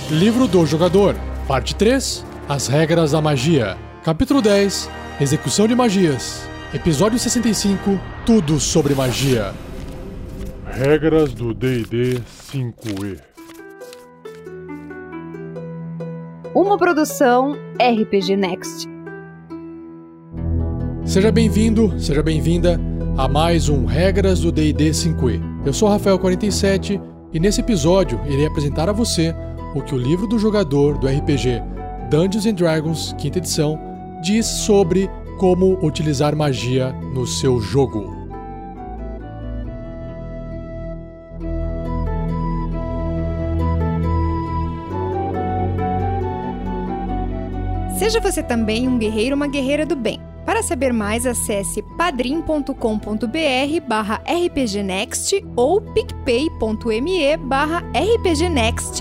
Livro do Jogador, Parte 3, As Regras da Magia. Capítulo 10, Execução de Magias. Episódio 65, Tudo sobre Magia. Regras do D&D 5e. Uma produção RPG Next. Seja bem-vindo, seja bem-vinda a mais um Regras do D&D 5e. Eu sou Rafael47 e nesse episódio irei apresentar a você o que o livro do jogador do RPG Dungeons & Dragons, 5ª edição, diz sobre como utilizar magia no seu jogo. Seja você também um guerreiro ou uma guerreira do bem. Para saber mais, acesse padrim.com.br/rpgnext ou picpay.me/rpgnext.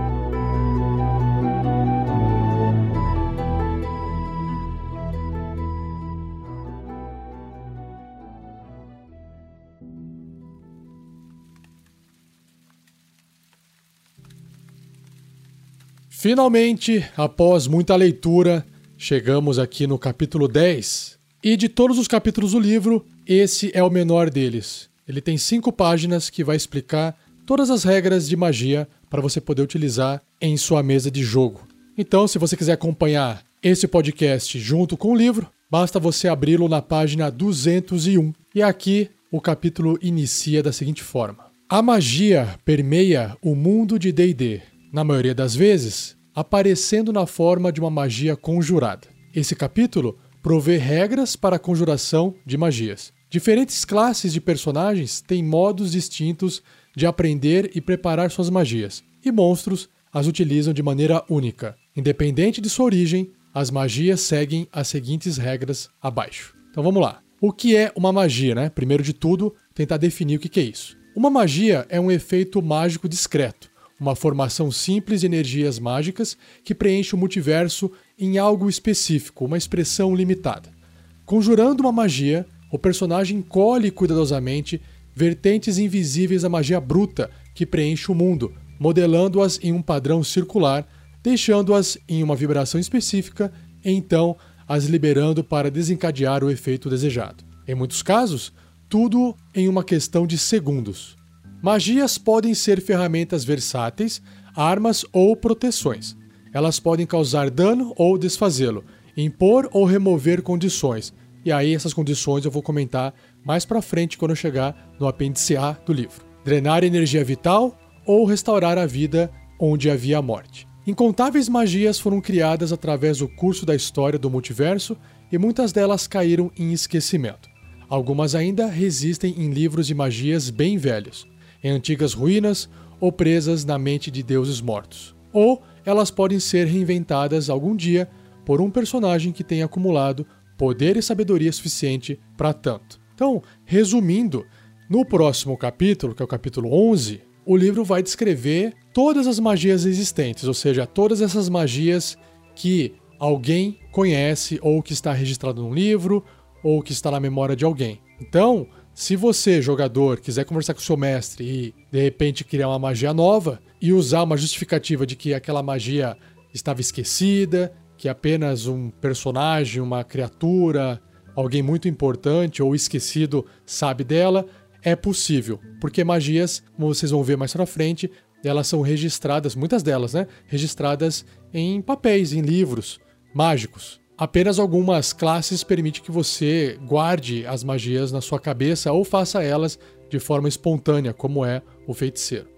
Finalmente, após muita leitura, chegamos aqui no capítulo 10. E de todos os capítulos do livro, esse é o menor deles. Ele tem 5 páginas que vai explicar todas as regras de magia para você poder utilizar em sua mesa de jogo. Então, se você quiser acompanhar esse podcast junto com o livro, basta você abri-lo na página 201. E aqui o capítulo inicia da seguinte forma. A magia permeia o mundo de D&D. Na maioria das vezes, aparecendo na forma de uma magia conjurada. Esse capítulo provê regras para a conjuração de magias. Diferentes classes de personagens têm modos distintos de aprender e preparar suas magias, e monstros as utilizam de maneira única. Independente de sua origem, as magias seguem as seguintes regras abaixo. Então vamos lá. O que é uma magia, né? Primeiro de tudo, tentar definir o que é isso. Uma magia é um efeito mágico discreto, uma formação simples de energias mágicas que preenche o multiverso em algo específico, uma expressão limitada. Conjurando uma magia, o personagem colhe cuidadosamente vertentes invisíveis da magia bruta que preenche o mundo, modelando-as em um padrão circular, deixando-as em uma vibração específica e então as liberando para desencadear o efeito desejado. Em muitos casos, tudo em uma questão de segundos. Magias podem ser ferramentas versáteis, armas ou proteções. Elas podem causar dano ou desfazê-lo, impor ou remover condições. E aí essas condições eu vou comentar mais pra frente quando eu chegar no apêndice A do livro. Drenar energia vital ou restaurar a vida onde havia morte. Incontáveis magias foram criadas através do curso da história do multiverso e muitas delas caíram em esquecimento. Algumas ainda resistem em livros de magias bem velhos, em antigas ruínas ou presas na mente de deuses mortos. Ou elas podem ser reinventadas algum dia por um personagem que tenha acumulado poder e sabedoria suficiente para tanto. Então, resumindo, no próximo capítulo, que é o capítulo 11, o livro vai descrever todas as magias existentes, ou seja, todas essas magias que alguém conhece ou que está registrado num livro ou que está na memória de alguém. Então, se você, jogador, quiser conversar com o seu mestre e, de repente, criar uma magia nova e usar uma justificativa de que aquela magia estava esquecida, que apenas um personagem, uma criatura, alguém muito importante ou esquecido sabe dela, é possível. Porque magias, como vocês vão ver mais pra frente, elas são registradas, muitas delas, né? Registradas em papéis, em livros mágicos. Apenas algumas classes permitem que você guarde as magias na sua cabeça ou faça elas de forma espontânea, como é o feiticeiro.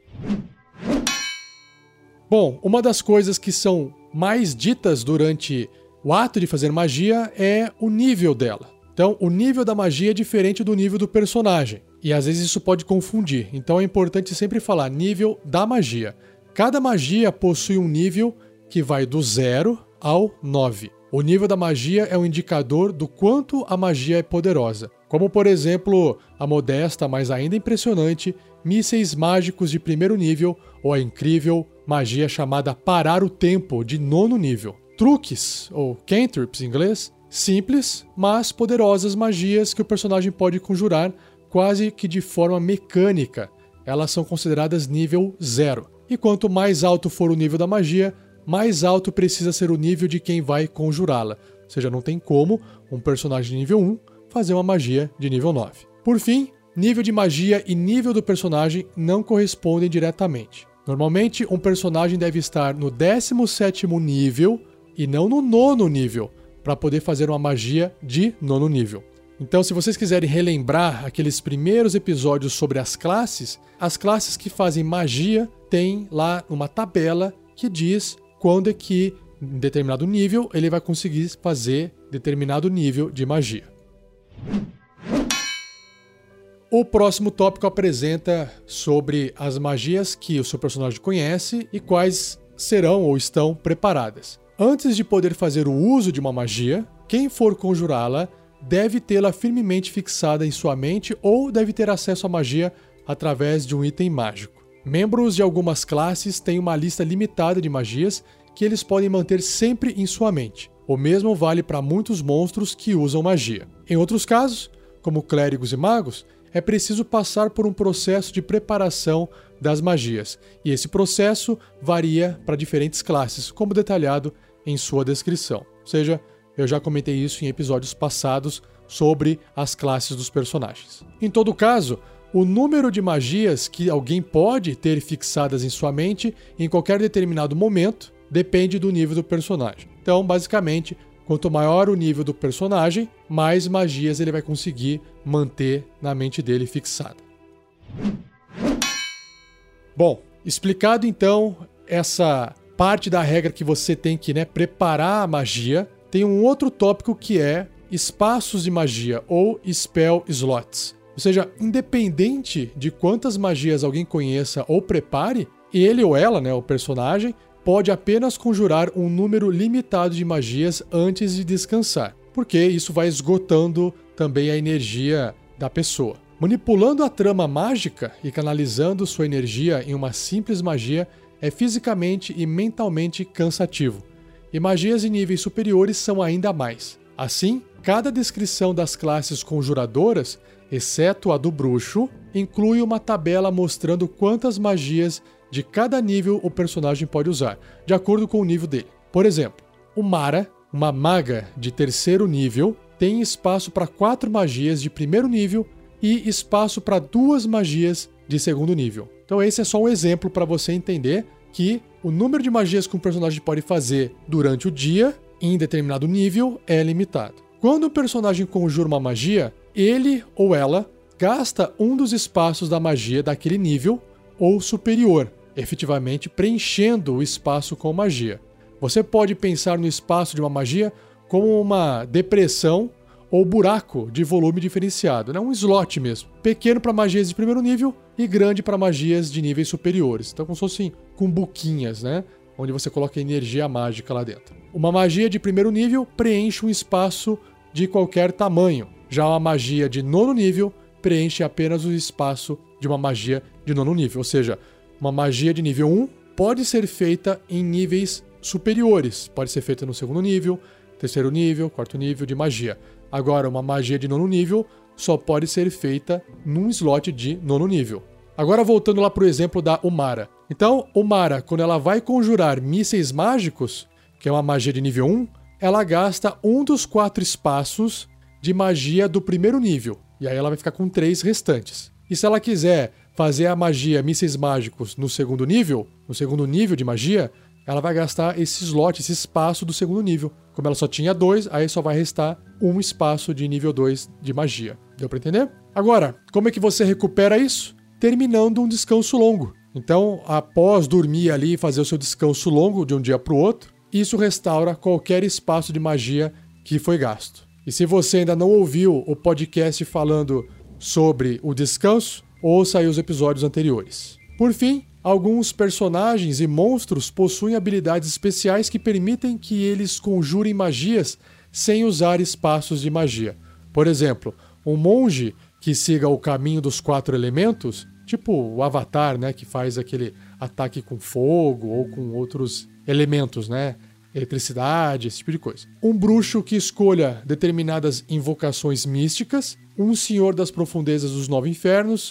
Bom, uma das coisas que são mais ditas durante o ato de fazer magia é o nível dela. Então, o nível da magia é diferente do nível do personagem. E às vezes isso pode confundir. Então é importante sempre falar nível da magia. Cada magia possui um nível que vai do 0 ao 9. O nível da magia é um indicador do quanto a magia é poderosa. Como, por exemplo, a modesta, mas ainda impressionante, mísseis mágicos de primeiro nível ou a incrível magia chamada Parar o Tempo, de 9º nível. Truques, ou cantrips em inglês, simples, mas poderosas magias que o personagem pode conjurar quase que de forma mecânica. elas são consideradas nível 0. E quanto mais alto for o nível da magia, mais alto precisa ser o nível de quem vai conjurá-la. Ou seja, não tem como um personagem de nível 1 fazer uma magia de nível 9. Por fim, nível de magia e nível do personagem não correspondem diretamente. Normalmente, um personagem deve estar no 17º nível e não no 9º nível, para poder fazer uma magia de 9º nível. Então, se vocês quiserem relembrar aqueles primeiros episódios sobre as classes que fazem magia têm lá uma tabela que diz quando é que, em determinado nível, ele vai conseguir fazer determinado nível de magia. O próximo tópico apresenta sobre as magias que o seu personagem conhece e quais serão ou estão preparadas. Antes de poder fazer o uso de uma magia, quem for conjurá-la deve tê-la firmemente fixada em sua mente ou deve ter acesso à magia através de um item mágico. Membros de algumas classes têm uma lista limitada de magias que eles podem manter sempre em sua mente. O mesmo vale para muitos monstros que usam magia. Em outros casos, como clérigos e magos, é preciso passar por um processo de preparação das magias, e esse processo varia para diferentes classes, como detalhado em sua descrição. Ou seja, eu já comentei isso em episódios passados sobre as classes dos personagens. Em todo caso, o número de magias que alguém pode ter fixadas em sua mente em qualquer determinado momento depende do nível do personagem. Então, basicamente, quanto maior o nível do personagem, mais magias ele vai conseguir manter na mente dele fixada. Bom, explicado então essa parte da regra que você tem que preparar a magia, tem um outro tópico que é espaços de magia ou spell slots. Ou seja, independente de quantas magias alguém conheça ou prepare, ele ou ela, o personagem, pode apenas conjurar um número limitado de magias antes de descansar, porque isso vai esgotando também a energia da pessoa. Manipulando a trama mágica e canalizando sua energia em uma simples magia é fisicamente e mentalmente cansativo, e magias em níveis superiores são ainda mais. Assim, cada descrição das classes conjuradoras, exceto a do bruxo, inclui uma tabela mostrando quantas magias de cada nível o personagem pode usar, de acordo com o nível dele. Por exemplo, o Mara, uma maga de 3º nível, tem espaço para 4 magias de 1º nível e espaço para 2 magias de 2º nível. Então esse é só um exemplo para você entender que o número de magias que um personagem pode fazer durante o dia, em determinado nível, é limitado. Quando o personagem conjura uma magia, ele ou ela gasta um dos espaços da magia daquele nível ou superior, efetivamente preenchendo o espaço com magia. Você pode pensar no espaço de uma magia como uma depressão ou buraco de volume diferenciado, um slot mesmo, pequeno para magias de 1º nível e grande para magias de níveis superiores. Então, como se fossem com buquinhas, onde você coloca energia mágica lá dentro. Uma magia de 1º nível preenche um espaço de qualquer tamanho. Já uma magia de 9º nível preenche apenas o espaço de uma magia de 9º nível, ou seja, uma magia de nível 1 pode ser feita em níveis superiores. Pode ser feita no 2º nível, 3º nível, 4º nível de magia. Agora, uma magia de 9º nível só pode ser feita num slot de 9º nível. Agora, voltando lá para o exemplo da Umara. Então, Umara, quando ela vai conjurar mísseis mágicos, que é uma magia de nível 1, ela gasta um dos 4 espaços de magia do 1º nível. E aí ela vai ficar com 3 restantes. E se ela quiser fazer a magia mísseis mágicos no 2º nível, no 2º nível de magia, ela vai gastar esse slot, esse espaço do 2º nível. Como ela só tinha 2, aí só vai restar um espaço de nível 2 de magia. Deu para entender? Agora, como é que você recupera isso? Terminando um descanso longo. Então, após dormir ali e fazer o seu descanso longo de um dia para o outro, isso restaura qualquer espaço de magia que foi gasto. E se você ainda não ouviu o podcast falando sobre o descanso, ouça aí os episódios anteriores. Por fim, alguns personagens e monstros possuem habilidades especiais que permitem que eles conjurem magias sem usar espaços de magia. Por exemplo, um monge que siga o caminho dos 4 elementos, tipo o Avatar, que faz aquele ataque com fogo ou com outros elementos, eletricidade, esse tipo de coisa. Um bruxo que escolha determinadas invocações místicas, um senhor das profundezas dos 9 infernos,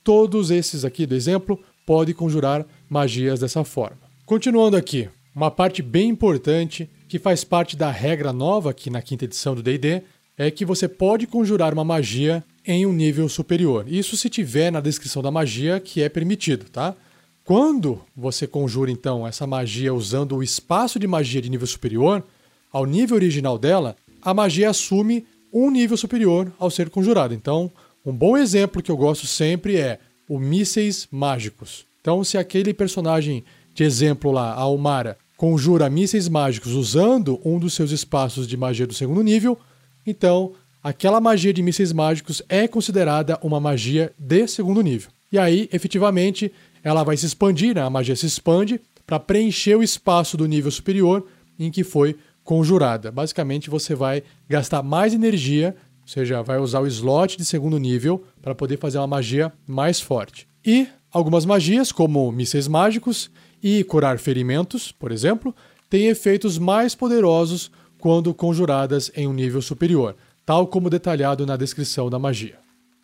todos esses aqui do exemplo podem conjurar magias dessa forma. Continuando aqui, uma parte bem importante que faz parte da regra nova aqui na quinta edição do D&D é que você pode conjurar uma magia em um nível superior. Isso se tiver na descrição da magia que é permitido, tá? Quando você conjura, então, essa magia usando o espaço de magia de nível superior, ao nível original dela, a magia assume um nível superior ao ser conjurada. Então, um bom exemplo que eu gosto sempre é o mísseis mágicos. Então, se aquele personagem de exemplo lá, a Umara, conjura mísseis mágicos usando um dos seus espaços de magia do segundo nível, então aquela magia de mísseis mágicos é considerada uma magia de segundo nível. E aí, efetivamente, ela vai se expandir, né? A magia se expande para preencher o espaço do nível superior em que foi conjurada. Basicamente, você vai gastar mais energia, ou seja, vai usar o slot de segundo nível para poder fazer uma magia mais forte. E algumas magias, como mísseis mágicos e curar ferimentos, por exemplo, têm efeitos mais poderosos quando conjuradas em um nível superior, tal como detalhado na descrição da magia.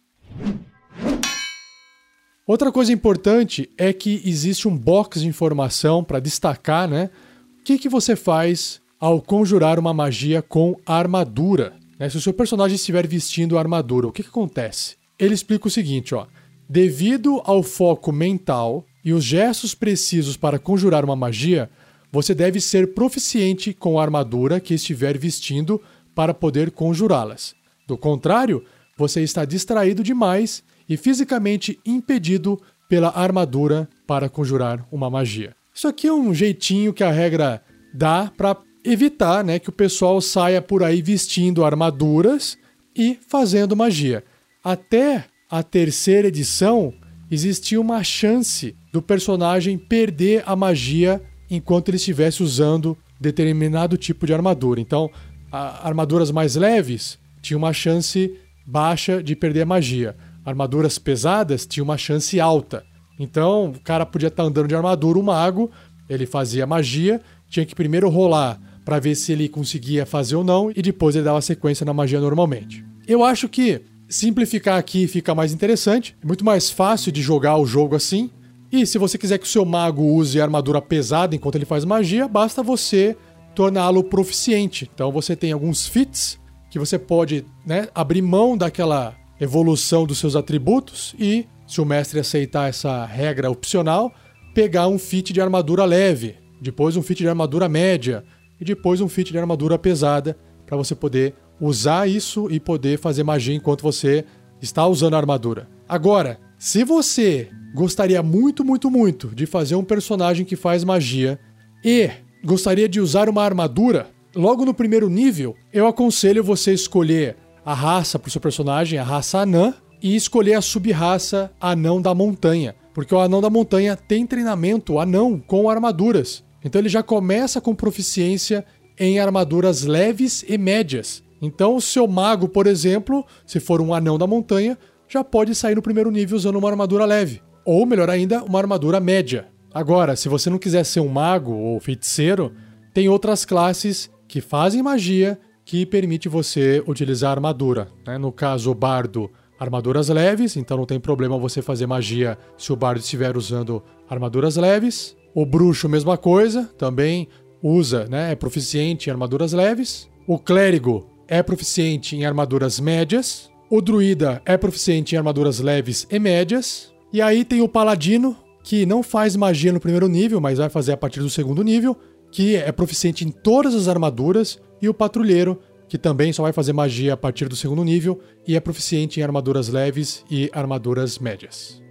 Outra coisa importante é que existe um box de informação para destacar, né? O que você faz ao conjurar uma magia com armadura, né? Se o seu personagem estiver vestindo armadura, o que acontece? Ele explica o seguinte, ó. Devido ao foco mental e os gestos precisos para conjurar uma magia, você deve ser proficiente com a armadura que estiver vestindo para poder conjurá-las. Do contrário, você está distraído demais e fisicamente impedido pela armadura para conjurar uma magia. Isso aqui é um jeitinho que a regra dá para evitar, né, que o pessoal saia por aí vestindo armaduras e fazendo magia. Até a terceira edição, existia uma chance do personagem perder a magia enquanto ele estivesse usando determinado tipo de armadura. Então, armaduras mais leves tinham uma chance baixa de perder a magia. Armaduras pesadas tinham uma chance alta. Então, o cara podia estar andando de armadura, o mago, ele fazia magia, tinha que primeiro rolar para ver se ele conseguia fazer ou não, e depois ele dava sequência na magia normalmente. Eu acho que simplificar aqui fica mais interessante, é muito mais fácil de jogar o jogo assim. E se você quiser que o seu mago use armadura pesada enquanto ele faz magia, basta você torná-lo proficiente. Então você tem alguns feats que você pode, né, abrir mão daquela evolução dos seus atributos e, se o mestre aceitar essa regra opcional, pegar um feat de armadura leve, depois um feat de armadura média e depois um feat de armadura pesada para você poder usar isso e poder fazer magia enquanto você está usando a armadura. Agora, se você gostaria muito de fazer um personagem que faz magia e gostaria de usar uma armadura, logo no primeiro nível, eu aconselho você escolher a raça para o seu personagem, a raça anã, e escolher a sub-raça anão da montanha, porque o anão da montanha tem treinamento anão com armaduras. Então ele já começa com proficiência em armaduras leves e médias. Então o seu mago, por exemplo, se for um anão da montanha, já pode sair no primeiro nível usando uma armadura leve. Ou, melhor ainda, uma armadura média. Agora, se você não quiser ser um mago ou feiticeiro, tem outras classes que fazem magia que permite você utilizar armadura, né? No caso, o bardo, armaduras leves, então não tem problema você fazer magia se o bardo estiver usando armaduras leves. O bruxo, mesma coisa, também usa, né? É proficiente em armaduras leves. O clérigo é proficiente em armaduras médias. O druida é proficiente em armaduras leves e médias. E aí tem o paladino, que não faz magia no primeiro nível, mas vai fazer a partir do segundo nível, que é proficiente em todas as armaduras, e o patrulheiro, que também só vai fazer magia a partir do segundo nível, e é proficiente em armaduras leves e armaduras médias.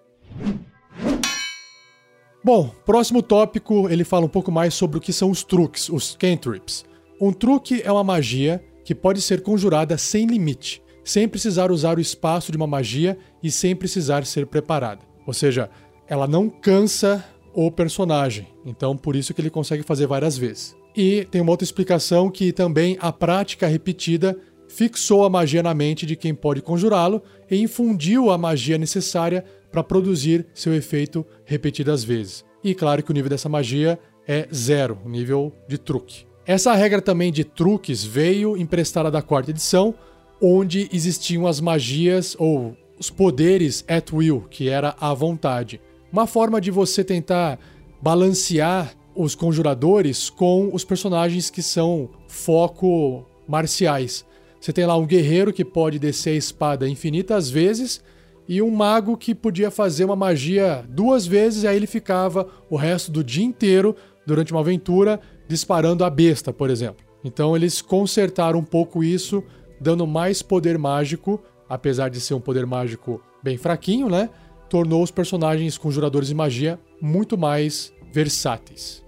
Bom, próximo tópico, ele fala um pouco mais sobre o que são os truques, os cantrips. Um truque é uma magia que pode ser conjurada sem limite, sem precisar usar o espaço de uma magia e sem precisar ser preparada. Ou seja, ela não cansa o personagem, então por isso que ele consegue fazer várias vezes. E tem uma outra explicação que também a prática repetida fixou a magia na mente de quem pode conjurá-lo e infundiu a magia necessária para produzir seu efeito repetidas vezes. E claro que o nível dessa magia é 0, o nível de truque. Essa regra também de truques veio emprestada da quarta edição, onde existiam as magias ou os poderes at will, que era à vontade. Uma forma de você tentar balancear os conjuradores com os personagens que são foco marciais. Você tem lá um guerreiro que pode descer a espada infinitas vezes e um mago que podia fazer uma magia 2 vezes e aí ele ficava o resto do dia inteiro, durante uma aventura, disparando a besta, por exemplo. Então eles consertaram um pouco isso, dando mais poder mágico, apesar de ser um poder mágico bem fraquinho, né? Tornou os personagens conjuradores de magia muito mais versáteis.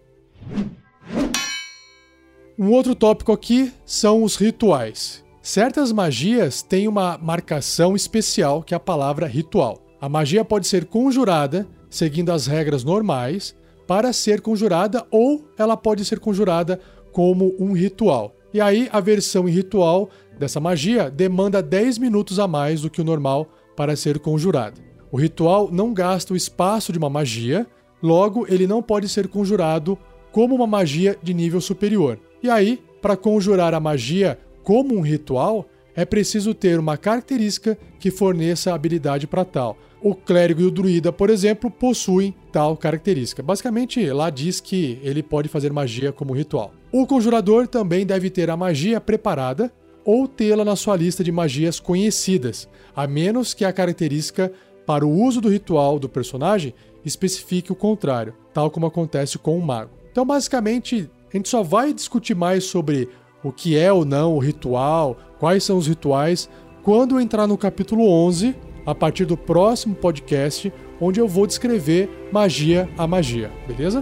Um outro tópico aqui são os rituais. Certas magias têm uma marcação especial, que é a palavra ritual. A magia pode ser conjurada, seguindo as regras normais, para ser conjurada, ou ela pode ser conjurada como um ritual. E aí, a versão em ritual dessa magia demanda 10 minutos a mais do que o normal para ser conjurada. O ritual não gasta o espaço de uma magia, logo, ele não pode ser conjurado como uma magia de nível superior. E aí, para conjurar a magia como um ritual, é preciso ter uma característica que forneça habilidade para tal. O clérigo e o druida, por exemplo, possuem tal característica. Basicamente, lá diz que ele pode fazer magia como ritual. O conjurador também deve ter a magia preparada ou tê-la na sua lista de magias conhecidas, a menos que a característica para o uso do ritual do personagem especifique o contrário, tal como acontece com o mago. Então, basicamente, a gente só vai discutir mais sobre o que é ou não o ritual, quais são os rituais, quando eu entrar no capítulo 11, a partir do próximo podcast, onde eu vou descrever magia a magia, beleza?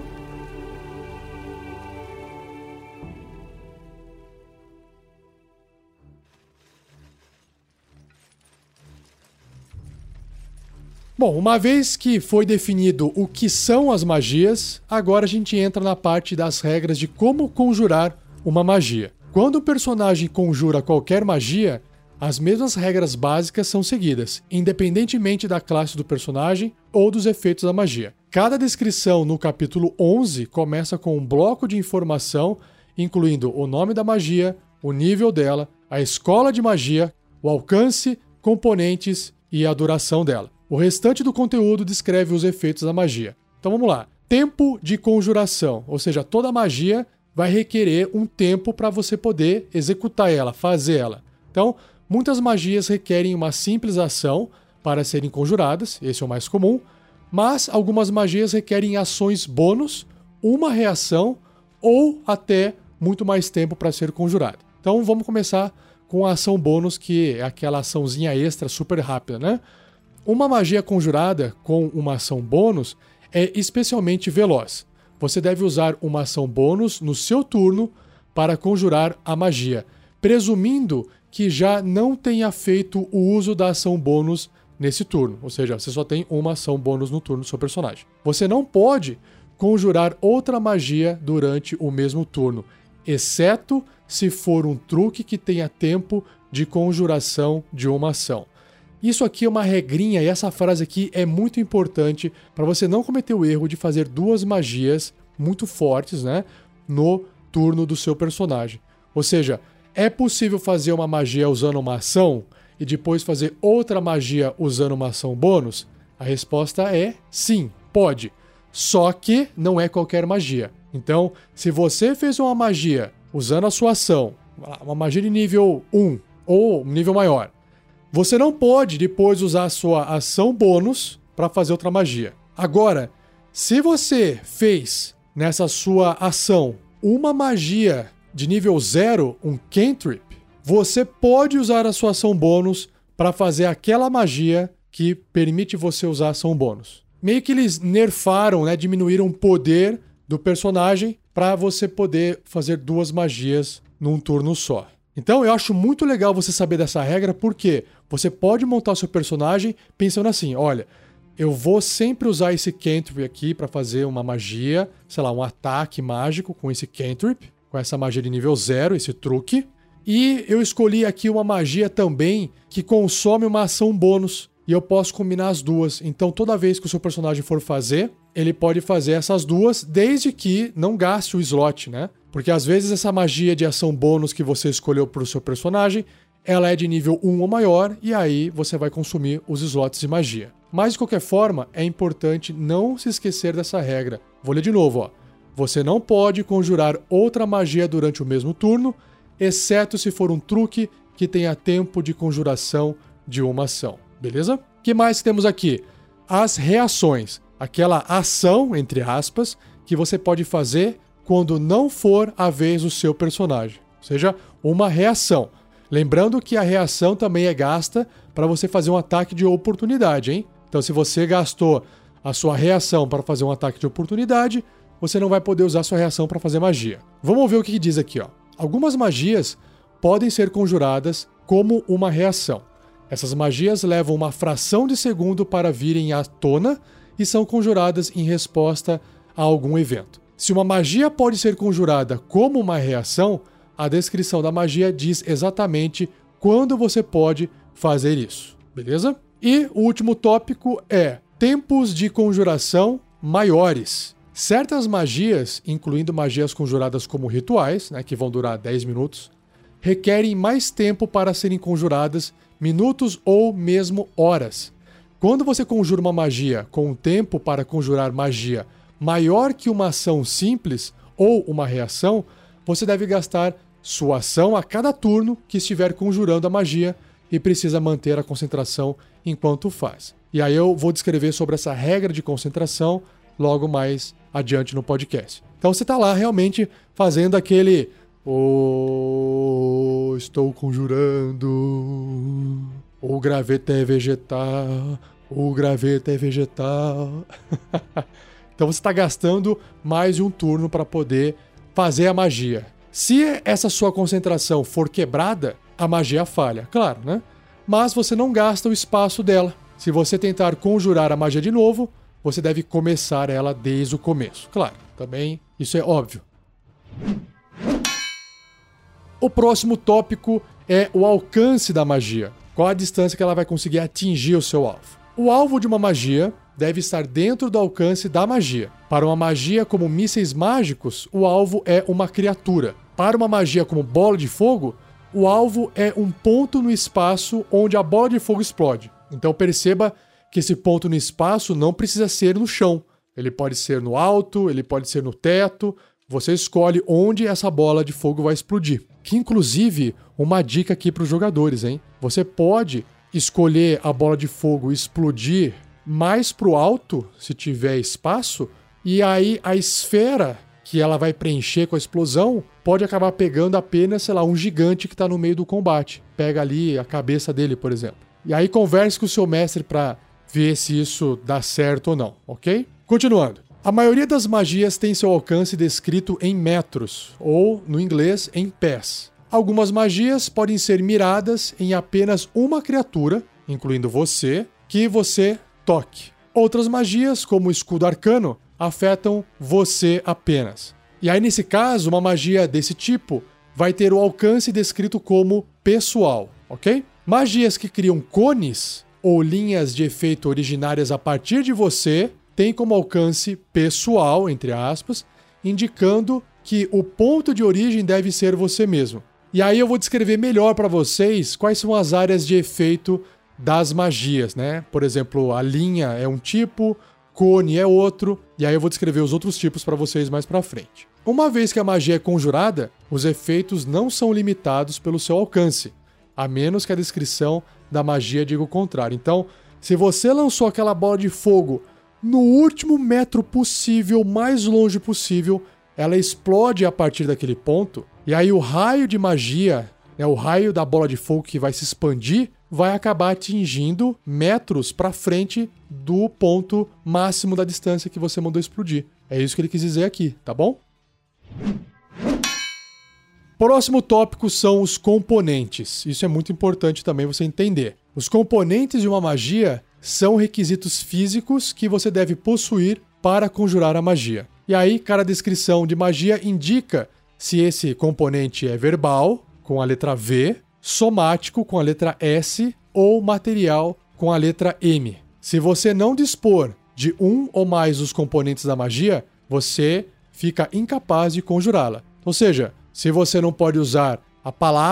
Bom, uma vez que foi definido o que são as magias, agora a gente entra na parte das regras de como conjurar uma magia. Quando o personagem conjura qualquer magia, as mesmas regras básicas são seguidas, independentemente da classe do personagem ou dos efeitos da magia. Cada descrição no capítulo 11 começa com um bloco de informação, incluindo o nome da magia, o nível dela, a escola de magia, o alcance, componentes e a duração dela. O restante do conteúdo descreve os efeitos da magia. Então vamos lá. Tempo de conjuração, ou seja, toda magia vai requerer um tempo para você poder executar ela, fazer ela. Então, muitas magias requerem uma simples ação para serem conjuradas, esse é o mais comum, mas algumas magias requerem ações bônus, uma reação ou até muito mais tempo para ser conjurada. Então, vamos começar com a ação bônus, que é aquela açãozinha extra super rápida, né? Uma magia conjurada com uma ação bônus é especialmente veloz. Você deve usar uma ação bônus no seu turno para conjurar a magia, presumindo que já não tenha feito o uso da ação bônus nesse turno. Ou seja, você só tem uma ação bônus no turno do seu personagem. Você não pode conjurar outra magia durante o mesmo turno, exceto se for um truque que tenha tempo de conjuração de uma ação. Isso aqui é uma regrinha e essa frase aqui é muito importante para você não cometer o erro de fazer 2 magias muito fortes, né, no turno do seu personagem. Ou seja, é possível fazer uma magia usando uma ação e depois fazer outra magia usando uma ação bônus? A resposta é sim, pode. Só que não é qualquer magia. Então, se você fez uma magia usando a sua ação, uma magia de nível 1 ou nível maior, você não pode depois usar a sua ação bônus para fazer outra magia. Agora, se você fez nessa sua ação uma magia de nível 0, um cantrip, você pode usar a sua ação bônus para fazer aquela magia que permite você usar a ação bônus. Meio que eles nerfaram, né, diminuíram o poder do personagem para você poder fazer 2 magias num turno só. Então eu acho muito legal você saber dessa regra, porque você pode montar o seu personagem pensando assim, olha, eu vou sempre usar esse cantrip aqui para fazer uma magia, sei lá, um ataque mágico com esse cantrip, com essa magia de nível 0, esse truque, e eu escolhi aqui uma magia também que consome uma ação bônus, e eu posso combinar as duas. Então toda vez que o seu personagem for fazer, ele pode fazer essas duas, desde que não gaste o slot, né? Porque às vezes essa magia de ação bônus que você escolheu para o seu personagem, ela é de nível 1 ou maior, e aí você vai consumir os slots de magia. Mas, de qualquer forma, é importante não se esquecer dessa regra. Vou ler de novo, ó. Você não pode conjurar outra magia durante o mesmo turno, exceto se for um truque que tenha tempo de conjuração de uma ação. Beleza? O que mais temos aqui? As reações. Aquela ação, entre aspas, que você pode fazer quando não for a vez do seu personagem. Ou seja, uma reação. Lembrando que a reação também é gasta para você fazer um ataque de oportunidade, hein? Então, se você gastou a sua reação para fazer um ataque de oportunidade, você não vai poder usar a sua reação para fazer magia. Vamos ver o que diz aqui, ó. Algumas magias podem ser conjuradas como uma reação. Essas magias levam uma fração de segundo para virem à tona e são conjuradas em resposta a algum evento. Se uma magia pode ser conjurada como uma reação, a descrição da magia diz exatamente quando você pode fazer isso, beleza? E o último tópico é tempos de conjuração maiores. Certas magias, incluindo magias conjuradas como rituais, né, que vão durar 10 minutos, requerem mais tempo para serem conjuradas, minutos ou mesmo horas. Quando você conjura uma magia com um tempo para conjurar magia maior que uma ação simples ou uma reação, você deve gastar sua ação a cada turno que estiver conjurando a magia e precisa manter a concentração enquanto faz. E aí eu vou descrever sobre essa regra de concentração logo mais adiante no podcast. Então você está lá realmente fazendo aquele estou conjurando, o graveto é vegetal, o graveto é vegetal. Então você está gastando mais de um turno para poder fazer a magia. Se essa sua concentração for quebrada, a magia falha, claro, né? Mas você não gasta o espaço dela. Se você tentar conjurar a magia de novo, você deve começar ela desde o começo. Claro, também isso é óbvio. O próximo tópico é o alcance da magia. Qual a distância que ela vai conseguir atingir o seu alvo? O alvo de uma magia deve estar dentro do alcance da magia. Para uma magia como mísseis mágicos, o alvo é uma criatura. Para uma magia como bola de fogo, o alvo é um ponto no espaço onde a bola de fogo explode. Então perceba que esse ponto no espaço não precisa ser no chão. Ele pode ser no alto, ele pode ser no teto. Você escolhe onde essa bola de fogo vai explodir. Que inclusive, uma dica aqui para os jogadores, hein? Você pode escolher a bola de fogo explodir mais para o alto, se tiver espaço, e aí a esfera que ela vai preencher com a explosão pode acabar pegando apenas, sei lá, um gigante que está no meio do combate. Pega ali a cabeça dele, por exemplo. E aí converse com o seu mestre para ver se isso dá certo ou não, ok? Continuando. A maioria das magias tem seu alcance descrito em metros, ou, no inglês, em pés. Algumas magias podem ser miradas em apenas uma criatura, incluindo você, que você toque. Outras magias, como o escudo arcano, afetam você apenas. E aí, nesse caso, uma magia desse tipo vai ter o alcance descrito como pessoal, ok? Magias que criam cones ou linhas de efeito originárias a partir de você têm como alcance pessoal, entre aspas, indicando que o ponto de origem deve ser você mesmo. E aí eu vou descrever melhor para vocês quais são as áreas de efeito das magias, né? Por exemplo, a linha é um tipo, cone é outro, e aí eu vou descrever os outros tipos para vocês mais para frente. Uma vez que a magia é conjurada, os efeitos não são limitados pelo seu alcance, a menos que a descrição da magia diga o contrário. Então, se você lançou aquela bola de fogo no último metro possível, mais longe possível, ela explode a partir daquele ponto, e aí o raio de magia, o raio da bola de fogo que vai se expandir, vai acabar atingindo metros para frente do ponto máximo da distância que você mandou explodir. É isso que ele quis dizer aqui, tá bom? Próximo tópico são os componentes. Isso é muito importante também você entender. Os componentes de uma magia são requisitos físicos que você deve possuir para conjurar a magia. E aí, cada descrição de magia indica se esse componente é verbal, com a letra V, somático, com a letra S, ou material, com a letra M. Se você não dispor de um ou mais dos componentes da magia, você fica incapaz de conjurá-la. Ou seja, se você não pode usar a palavra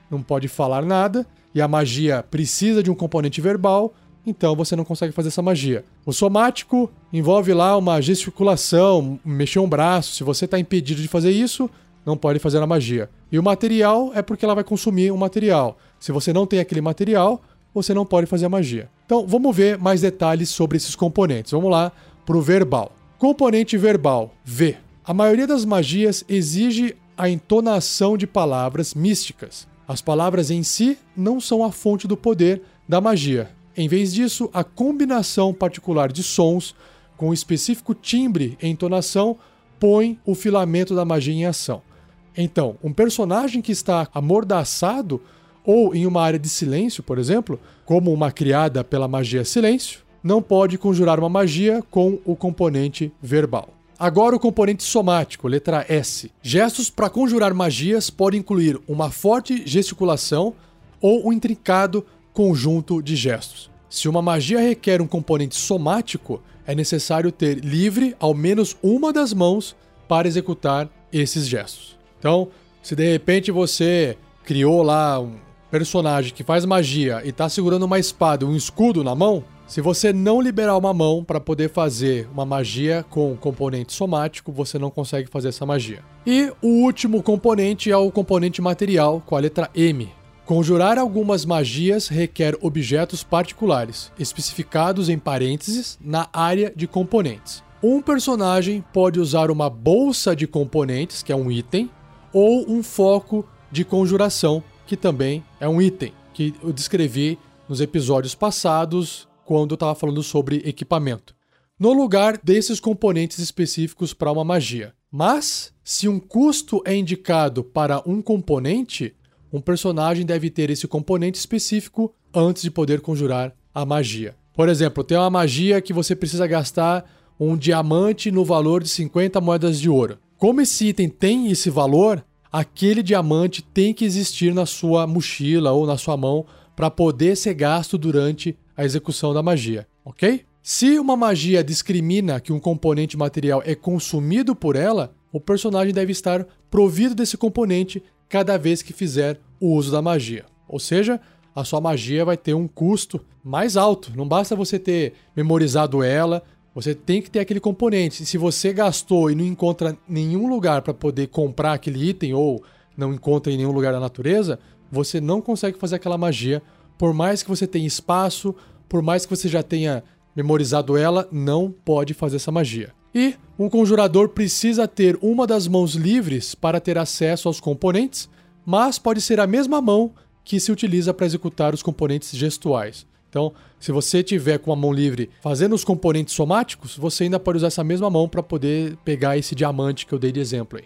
não pode falar nada, e a magia precisa de um componente verbal, então você não consegue fazer essa magia. O somático envolve lá uma gesticulação, mexer um braço. Se você está impedido de fazer isso, não pode fazer a magia. E o material é porque ela vai consumir um material. Se você não tem aquele material, você não pode fazer a magia. Então, vamos ver mais detalhes sobre esses componentes. Vamos lá para o verbal. Componente verbal, V. A maioria das magias exige a entonação de palavras místicas. As palavras em si não são a fonte do poder da magia. Em vez disso, a combinação particular de sons com um específico timbre e entonação põe o filamento da magia em ação. Então, um personagem que está amordaçado ou em uma área de silêncio, por exemplo, como uma criada pela magia silêncio, não pode conjurar uma magia com o componente verbal. Agora o componente somático, letra S. Gestos para conjurar magias podem incluir uma forte gesticulação ou um intrincado conjunto de gestos. Se uma magia requer um componente somático, é necessário ter livre ao menos uma das mãos para executar esses gestos. Então, se de repente você criou lá um personagem que faz magia e está segurando uma espada e um escudo na mão, se você não liberar uma mão para poder fazer uma magia com componente somático, você não consegue fazer essa magia. E o último componente é o componente material, com a letra M. Conjurar algumas magias requer objetos particulares, especificados em parênteses na área de componentes. Um personagem pode usar uma bolsa de componentes, que é um item, ou um foco de conjuração, que também é um item, que eu descrevi nos episódios passados, quando eu estava falando sobre equipamento, no lugar desses componentes específicos para uma magia. Mas, se um custo é indicado para um componente, um personagem deve ter esse componente específico antes de poder conjurar a magia. Por exemplo, tem uma magia que você precisa gastar um diamante no valor de 50 moedas de ouro. Como esse item tem esse valor, aquele diamante tem que existir na sua mochila ou na sua mão para poder ser gasto durante a execução da magia, ok? Se uma magia discrimina que um componente material é consumido por ela, o personagem deve estar provido desse componente cada vez que fizer o uso da magia. Ou seja, a sua magia vai ter um custo mais alto. Não basta você ter memorizado ela, você tem que ter aquele componente. E se você gastou e não encontra nenhum lugar para poder comprar aquele item ou não encontra em nenhum lugar da natureza, você não consegue fazer aquela magia. Por mais que você tenha espaço, por mais que você já tenha memorizado ela, não pode fazer essa magia. E um conjurador precisa ter uma das mãos livres para ter acesso aos componentes, mas pode ser a mesma mão que se utiliza para executar os componentes gestuais. Então, se você tiver com a mão livre fazendo os componentes somáticos, você ainda pode usar essa mesma mão para poder pegar esse diamante que eu dei de exemplo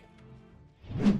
aí.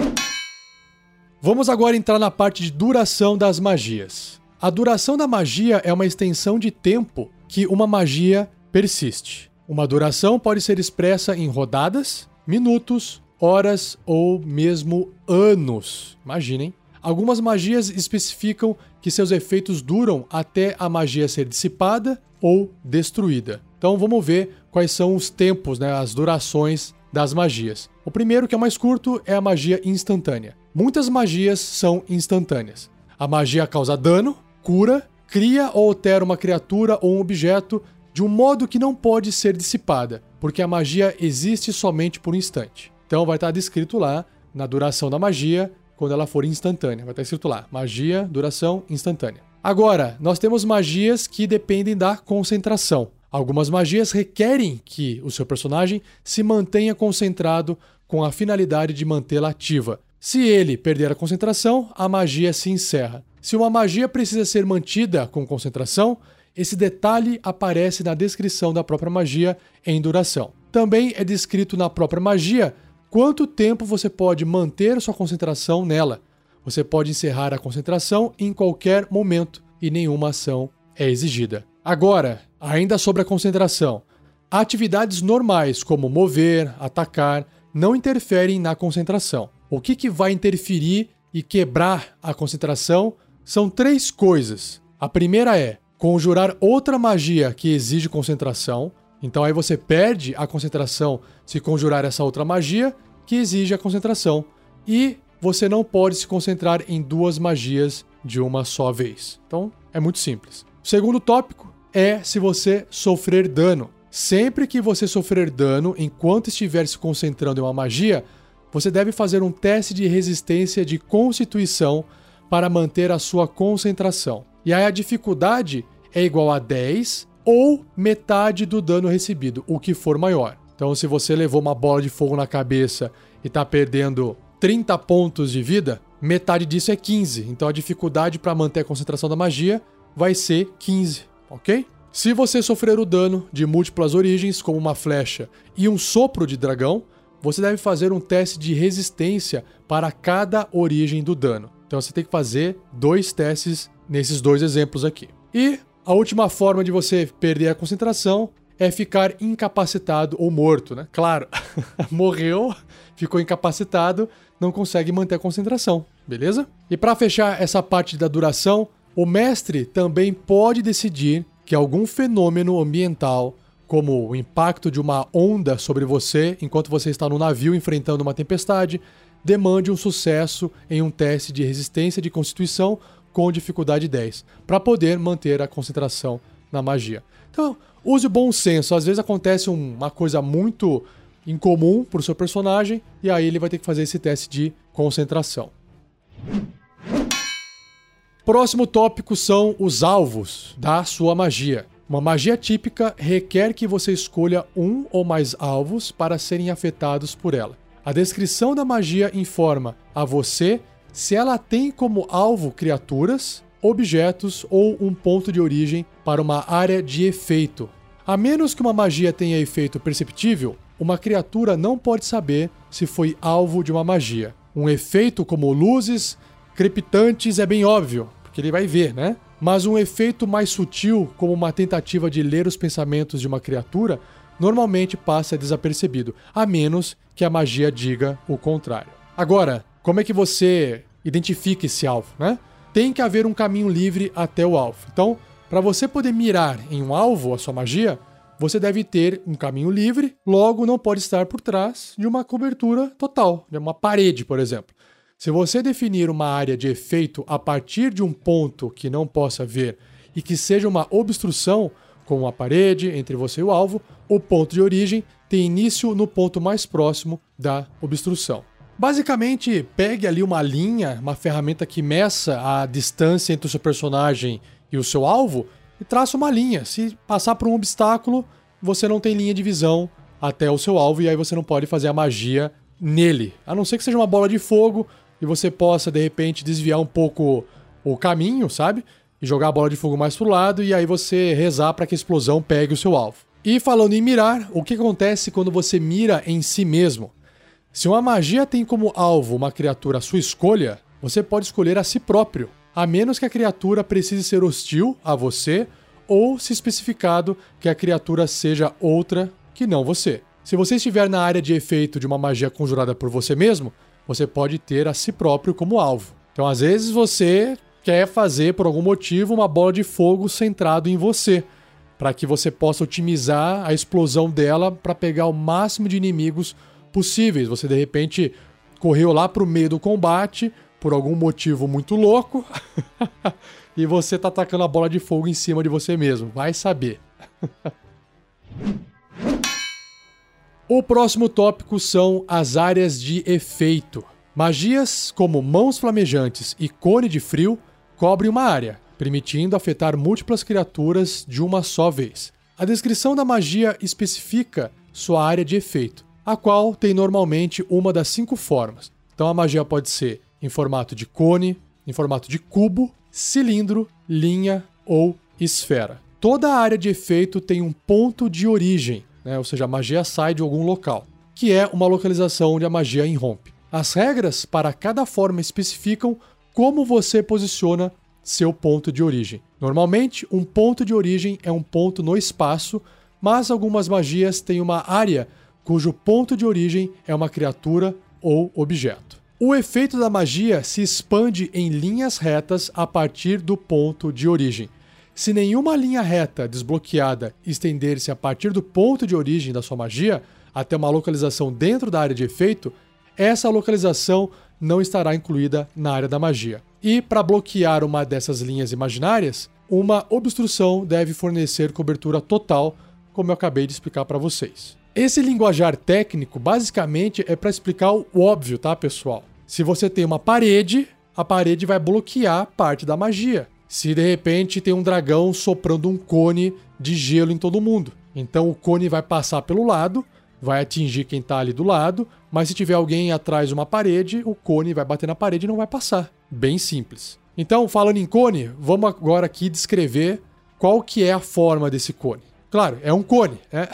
Vamos agora entrar na parte de duração das magias. A duração da magia é uma extensão de tempo que uma magia persiste. Uma duração pode ser expressa em rodadas, minutos, horas ou mesmo anos. Imaginem. Algumas magias especificam que seus efeitos duram até a magia ser dissipada ou destruída. Então vamos ver quais são os tempos, as durações das magias. O primeiro, que é mais curto, é a magia instantânea. Muitas magias são instantâneas. A magia causa dano, cura, cria ou altera uma criatura ou um objeto de um modo que não pode ser dissipada, porque a magia existe somente por um instante. Então vai estar descrito lá, na duração da magia, quando ela for instantânea. Vai estar escrito lá, magia, duração instantânea. Agora, nós temos magias que dependem da concentração. Algumas magias requerem que o seu personagem se mantenha concentrado com a finalidade de mantê-la ativa. Se ele perder a concentração, a magia se encerra. Se uma magia precisa ser mantida com concentração, esse detalhe aparece na descrição da própria magia em duração. Também é descrito na própria magia quanto tempo você pode manter sua concentração nela. Você pode encerrar a concentração em qualquer momento e nenhuma ação é exigida. Agora, ainda sobre a concentração, atividades normais como mover, atacar, não interferem na concentração. O que vai interferir e quebrar a concentração são 3 coisas. A primeira é conjurar outra magia que exige concentração. Então aí você perde a concentração se conjurar essa outra magia que exige a concentração. E você não pode se concentrar em 2 magias de uma só vez. Então, é muito simples. O segundo tópico é se você sofrer dano. Sempre que você sofrer dano enquanto estiver se concentrando em uma magia, você deve fazer um teste de resistência de constituição para manter a sua concentração. E aí a dificuldade é igual a 10 ou metade do dano recebido, o que for maior. Então, se você levou uma bola de fogo na cabeça e está perdendo 30 pontos de vida, metade disso é 15. Então, a dificuldade para manter a concentração da magia vai ser 15, ok? Se você sofrer o dano de múltiplas origens, como uma flecha e um sopro de dragão, você deve fazer um teste de resistência para cada origem do dano. Então, você tem que fazer 2 testes nesses 2 exemplos aqui. E a última forma de você perder a concentração é ficar incapacitado ou morto, né? Claro, morreu, ficou incapacitado, não consegue manter a concentração, beleza? E para fechar essa parte da duração, o mestre também pode decidir que algum fenômeno ambiental, como o impacto de uma onda sobre você enquanto você está no navio enfrentando uma tempestade, demande um sucesso em um teste de resistência de constituição com dificuldade 10, para poder manter a concentração na magia. Então, use o bom senso. Às vezes acontece uma coisa muito incomum para o seu personagem, e aí ele vai ter que fazer esse teste de concentração. Próximo tópico são os alvos da sua magia. Uma magia típica requer que você escolha um ou mais alvos para serem afetados por ela. A descrição da magia informa a você se ela tem como alvo criaturas, objetos ou um ponto de origem para uma área de efeito. A menos que uma magia tenha efeito perceptível, uma criatura não pode saber se foi alvo de uma magia. Um efeito como luzes crepitantes é bem óbvio, porque ele vai ver, né? Mas um efeito mais sutil, como uma tentativa de ler os pensamentos de uma criatura, normalmente passa desapercebido, a menos que a magia diga o contrário. Agora, como é que você identifica esse alvo, né? Tem que haver um caminho livre até o alvo. Então, para você poder mirar em um alvo, a sua magia, você deve ter um caminho livre, logo não pode estar por trás de uma cobertura total, de uma parede, por exemplo. Se você definir uma área de efeito a partir de um ponto que não possa ver e que seja uma obstrução, como uma parede entre você e o alvo, o ponto de origem tem início no ponto mais próximo da obstrução. Basicamente, pegue ali uma linha, uma ferramenta que meça a distância entre o seu personagem e o seu alvo e traça uma linha. Se passar por um obstáculo, você não tem linha de visão até o seu alvo e aí você não pode fazer a magia nele. A não ser que seja uma bola de fogo e você possa, de repente, desviar um pouco o caminho, sabe? E jogar a bola de fogo mais pro lado e aí você rezar para que a explosão pegue o seu alvo. E falando em mirar, o que acontece quando você mira em si mesmo? Se uma magia tem como alvo uma criatura à sua escolha, você pode escolher a si próprio, a menos que a criatura precise ser hostil a você ou se especificado que a criatura seja outra que não você. Se você estiver na área de efeito de uma magia conjurada por você mesmo, você pode ter a si próprio como alvo. Então, às vezes, você quer fazer, por algum motivo, uma bola de fogo centrado em você, para que você possa otimizar a explosão dela para pegar o máximo de inimigos possíveis. Você, de repente, correu lá para o meio do combate, por algum motivo muito louco, e você está atacando a bola de fogo em cima de você mesmo. Vai saber. O próximo tópico são as áreas de efeito. Magias como mãos flamejantes e cone de frio cobrem uma área, permitindo afetar múltiplas criaturas de uma só vez. A descrição da magia especifica sua área de efeito, a qual tem normalmente uma das 5 formas. Então a magia pode ser em formato de cone, em formato de cubo, cilindro, linha ou esfera. Toda a área de efeito tem um ponto de origem, né? Ou seja, a magia sai de algum local, que é uma localização onde a magia irrompe. As regras para cada forma especificam como você posiciona seu ponto de origem. Normalmente, um ponto de origem é um ponto no espaço, mas algumas magias têm uma área cujo ponto de origem é uma criatura ou objeto. O efeito da magia se expande em linhas retas a partir do ponto de origem. Se nenhuma linha reta desbloqueada estender-se a partir do ponto de origem da sua magia até uma localização dentro da área de efeito, essa localização não estará incluída na área da magia. E para bloquear uma dessas linhas imaginárias, uma obstrução deve fornecer cobertura total, como eu acabei de explicar para vocês. Esse linguajar técnico, basicamente, é para explicar o óbvio, tá, pessoal? Se você tem uma parede, a parede vai bloquear parte da magia. Se de repente tem um dragão soprando um cone de gelo em todo mundo, então o cone vai passar pelo lado, vai atingir quem está ali do lado, mas se tiver alguém atrás de uma parede, o cone vai bater na parede e não vai passar. Bem simples. Então, falando em cone, vamos agora aqui descrever qual que é a forma desse cone. Claro, é um cone, né?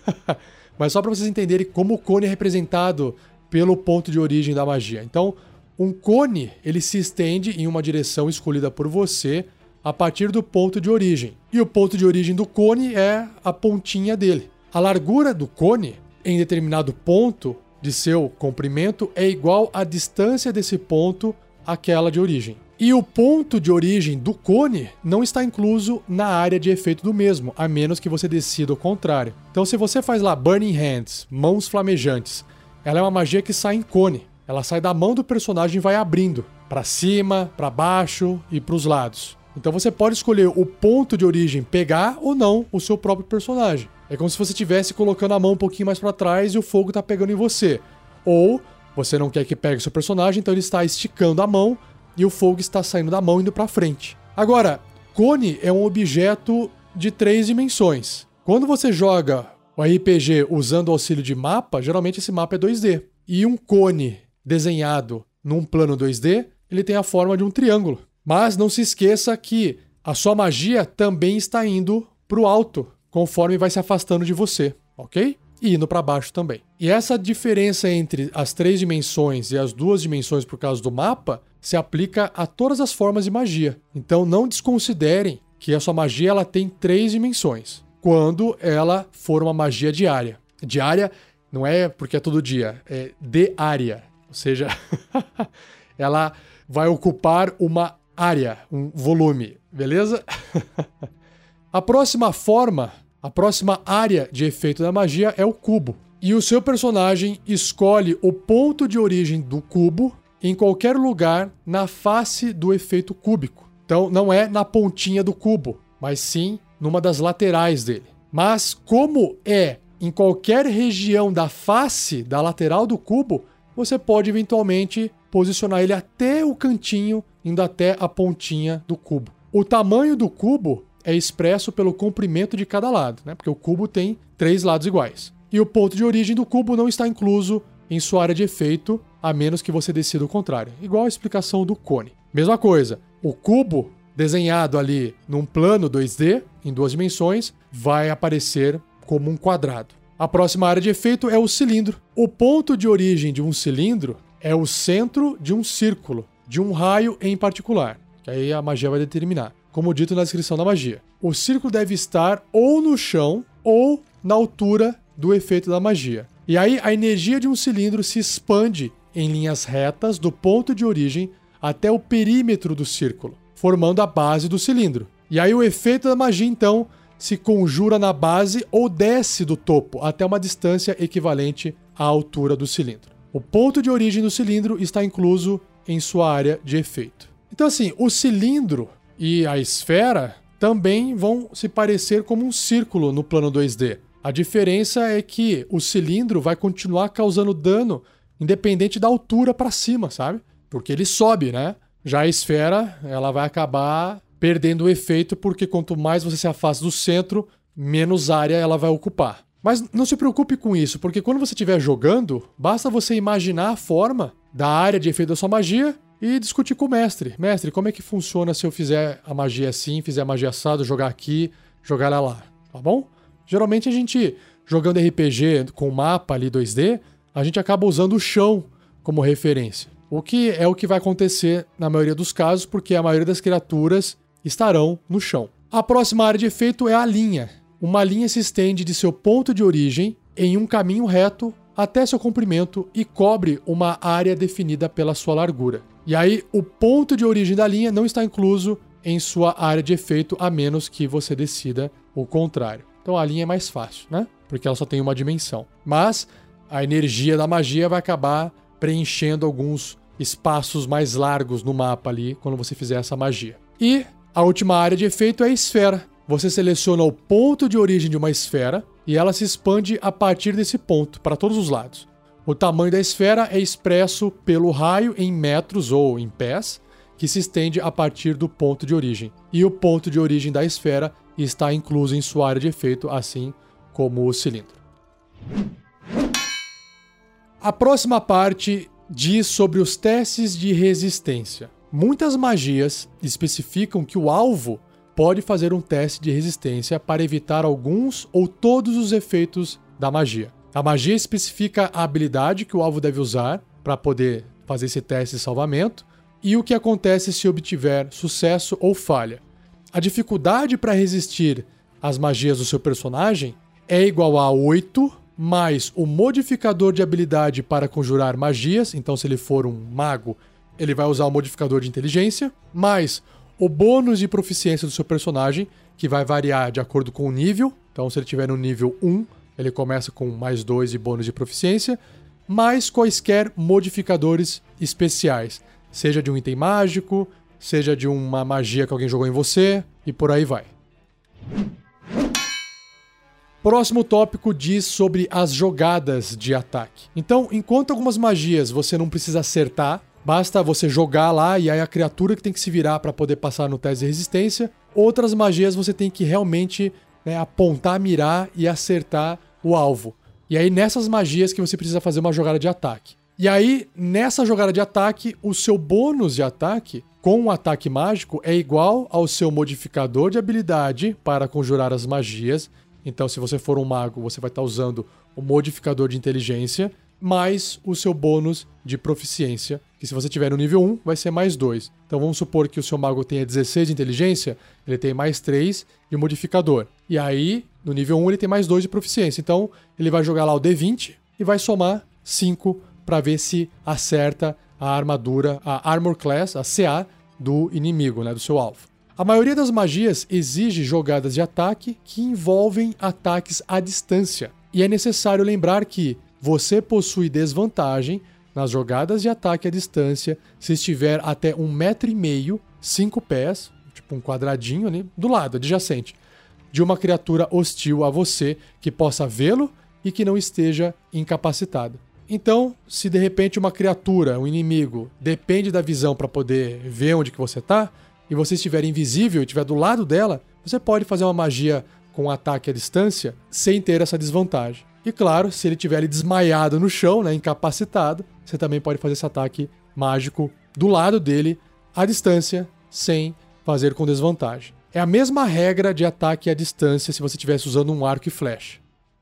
Mas só para vocês entenderem como o cone é representado pelo ponto de origem da magia. Então, um cone, ele se estende em uma direção escolhida por você a partir do ponto de origem. E o ponto de origem do cone é a pontinha dele. A largura do cone, em determinado ponto de seu comprimento, é igual à distância desse ponto àquela de origem. E o ponto de origem do cone não está incluso na área de efeito do mesmo, a menos que você decida o contrário. Então, se você faz lá Burning Hands, mãos flamejantes, ela é uma magia que sai em cone. Ela sai da mão do personagem e vai abrindo para cima, para baixo e para os lados. Então você pode escolher o ponto de origem pegar ou não o seu próprio personagem. É como se você estivesse colocando a mão um pouquinho mais para trás e o fogo está pegando em você. Ou você não quer que pegue o seu personagem, então ele está esticando a mão e o fogo está saindo da mão e indo para frente. Agora, cone é um objeto de 3 dimensões. Quando você joga o RPG usando o auxílio de mapa, geralmente esse mapa é 2D. E um cone desenhado num plano 2D, ele tem a forma de um triângulo. Mas não se esqueça que a sua magia também está indo para o alto, conforme vai se afastando de você, ok? E indo para baixo também. E essa diferença entre as 3 dimensões e as 2 dimensões por causa do mapa se aplica a todas as formas de magia. Então não desconsiderem que a sua magia ela tem 3 dimensões, quando ela for uma magia diária. Diária não é porque é todo dia, é diária. Ou seja, ela vai ocupar uma área, um volume, beleza? A próxima forma, a próxima área de efeito da magia é o cubo. E o seu personagem escolhe o ponto de origem do cubo em qualquer lugar na face do efeito cúbico. Então não é na pontinha do cubo, mas sim numa das laterais dele. Mas como é em qualquer região da face da lateral do cubo, você pode eventualmente posicionar ele até o cantinho, indo até a pontinha do cubo. O tamanho do cubo é expresso pelo comprimento de cada lado, né? Porque o cubo tem 3 lados iguais. E o ponto de origem do cubo não está incluso em sua área de efeito, a menos que você decida o contrário. Igual a explicação do cone. Mesma coisa, o cubo desenhado ali num plano 2D, em 2 dimensões, vai aparecer como um quadrado. A próxima área de efeito é o cilindro. O ponto de origem de um cilindro é o centro de um círculo, de um raio em particular, que aí a magia vai determinar, como dito na descrição da magia. O círculo deve estar ou no chão ou na altura do efeito da magia. E aí a energia de um cilindro se expande em linhas retas do ponto de origem até o perímetro do círculo, formando a base do cilindro. E aí o efeito da magia, então, se conjura na base ou desce do topo até uma distância equivalente à altura do cilindro. O ponto de origem do cilindro está incluso em sua área de efeito. Então, assim, o cilindro e a esfera também vão se parecer como um círculo no plano 2D. A diferença é que o cilindro vai continuar causando dano independente da altura para cima, sabe? Porque ele sobe, né? Já a esfera, ela vai acabar perdendo o efeito, porque quanto mais você se afasta do centro, menos área ela vai ocupar. Mas não se preocupe com isso, porque quando você estiver jogando, basta você imaginar a forma da área de efeito da sua magia e discutir com o mestre. Mestre, como é que funciona se eu fizer a magia assim, fizer a magia assado, jogar aqui, jogar ela lá, tá bom? Geralmente a gente, jogando RPG com mapa ali 2D, a gente acaba usando o chão como referência. O que é o que vai acontecer na maioria dos casos, porque a maioria das criaturas estarão no chão. A próxima área de efeito é a linha. Uma linha se estende de seu ponto de origem em um caminho reto até seu comprimento e cobre uma área definida pela sua largura. E aí, o ponto de origem da linha não está incluso em sua área de efeito, a menos que você decida o contrário. Então a linha é mais fácil, né? Porque ela só tem uma dimensão. Mas a energia da magia vai acabar preenchendo alguns espaços mais largos no mapa ali quando você fizer essa magia. E a última área de efeito é a esfera. Você seleciona o ponto de origem de uma esfera e ela se expande a partir desse ponto, para todos os lados. O tamanho da esfera é expresso pelo raio em metros ou em pés, que se estende a partir do ponto de origem. E o ponto de origem da esfera está incluso em sua área de efeito, assim como o cilindro. A próxima parte diz sobre os testes de resistência. Muitas magias especificam que o alvo pode fazer um teste de resistência para evitar alguns ou todos os efeitos da magia. A magia especifica a habilidade que o alvo deve usar para poder fazer esse teste de salvamento e o que acontece se obtiver sucesso ou falha. A dificuldade para resistir às magias do seu personagem é igual a 8 mais o modificador de habilidade para conjurar magias, então se ele for um mago, ele vai usar o modificador de inteligência, mais o bônus de proficiência do seu personagem, que vai variar de acordo com o nível. Então, se ele tiver no nível 1, ele começa com mais 2 de bônus de proficiência, mais quaisquer modificadores especiais, seja de um item mágico, seja de uma magia que alguém jogou em você, e por aí vai. Próximo tópico diz sobre as jogadas de ataque. Então, enquanto algumas magias você não precisa acertar, basta você jogar lá e aí a criatura que tem que se virar para poder passar no teste de resistência. Outras magias você tem que realmente apontar, mirar e acertar o alvo. E aí nessas magias que você precisa fazer uma jogada de ataque. E aí nessa jogada de ataque, o seu bônus de ataque com um ataque mágico é igual ao seu modificador de habilidade para conjurar as magias. Então se você for um mago, você vai estar usando o modificador de inteligência mais o seu bônus de proficiência, que se você tiver no nível 1, vai ser mais 2. Então vamos supor que o seu mago tenha 16 de inteligência, ele tem mais 3 de modificador. E aí, no nível 1, ele tem mais 2 de proficiência. Então, ele vai jogar lá o D20 e vai somar 5 para ver se acerta a armadura, a Armor Class, a CA do inimigo, do seu alvo. A maioria das magias exige jogadas de ataque que envolvem ataques à distância. E é necessário lembrar que você possui desvantagem nas jogadas de ataque à distância se estiver até 1,5 m, 5 pés, tipo um quadradinho ali, do lado, adjacente, de uma criatura hostil a você que possa vê-lo e que não esteja incapacitado. Então, se de repente uma criatura, um inimigo, depende da visão para poder ver onde que você está, e você estiver invisível e estiver do lado dela, você pode fazer uma magia com ataque à distância sem ter essa desvantagem. E claro, se ele estiver ali desmaiado no chão, incapacitado, você também pode fazer esse ataque mágico do lado dele, à distância, sem fazer com desvantagem. É a mesma regra de ataque à distância se você estivesse usando um arco e flecha.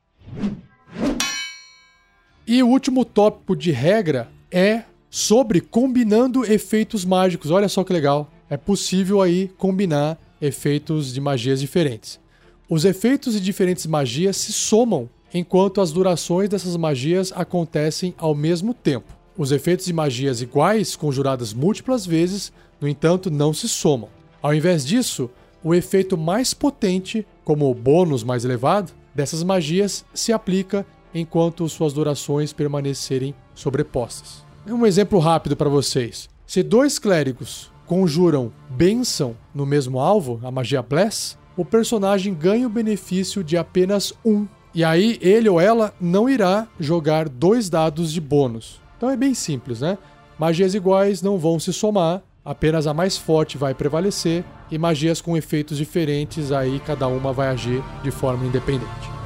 E o último tópico de regra é sobre combinando efeitos mágicos. Olha só que legal. É possível aí combinar efeitos de magias diferentes. Os efeitos de diferentes magias se somam enquanto as durações dessas magias acontecem ao mesmo tempo. Os efeitos de magias iguais, conjuradas múltiplas vezes, no entanto, não se somam. Ao invés disso, o efeito mais potente, como o bônus mais elevado, dessas magias se aplica enquanto suas durações permanecerem sobrepostas. Um exemplo rápido para vocês. Se 2 clérigos conjuram bênção no mesmo alvo, a magia Bless, o personagem ganha o benefício de apenas 1. E aí ele ou ela não irá jogar 2 dados de bônus. Então é bem simples, Magias iguais não vão se somar, apenas a mais forte vai prevalecer, e magias com efeitos diferentes, aí cada uma vai agir de forma independente.